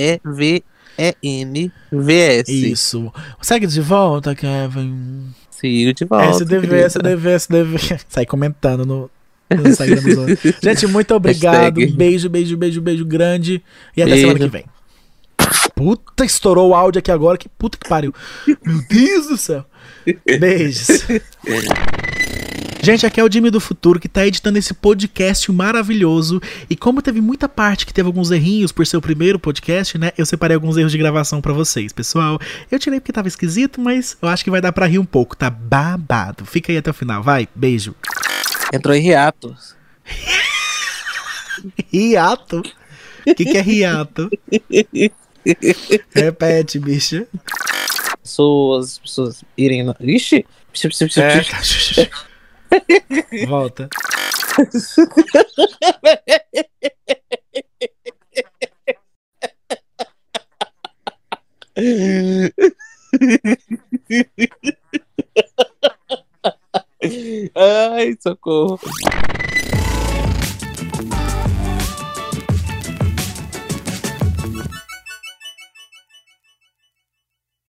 K-E-V-N-V-S. Isso. Segue de volta, Kevin. Sigo de volta. SDV, querida. SDV, SDV. Sai comentando no Instagram dos outros. Gente, muito obrigado. Hashtag. Beijo, beijo, beijo, beijo grande. E até Beijo. semana que vem. Puta, estourou o áudio aqui agora. Que puta que pariu. Meu Deus do céu. Beijos. Gente, aqui é o Jimmy do Futuro que tá editando esse podcast maravilhoso. E como teve muita parte que teve alguns errinhos por ser o primeiro podcast, né? Eu separei alguns erros de gravação pra vocês, pessoal. Eu tirei porque tava esquisito, mas eu acho que vai dar pra rir um pouco. Tá babado. Fica aí até o final, vai. Beijo. Entrou em hiatos. Hiato? O que é hiato? Repete, bicha. As pessoas irem... Ixi! Volta. Ai, socorro.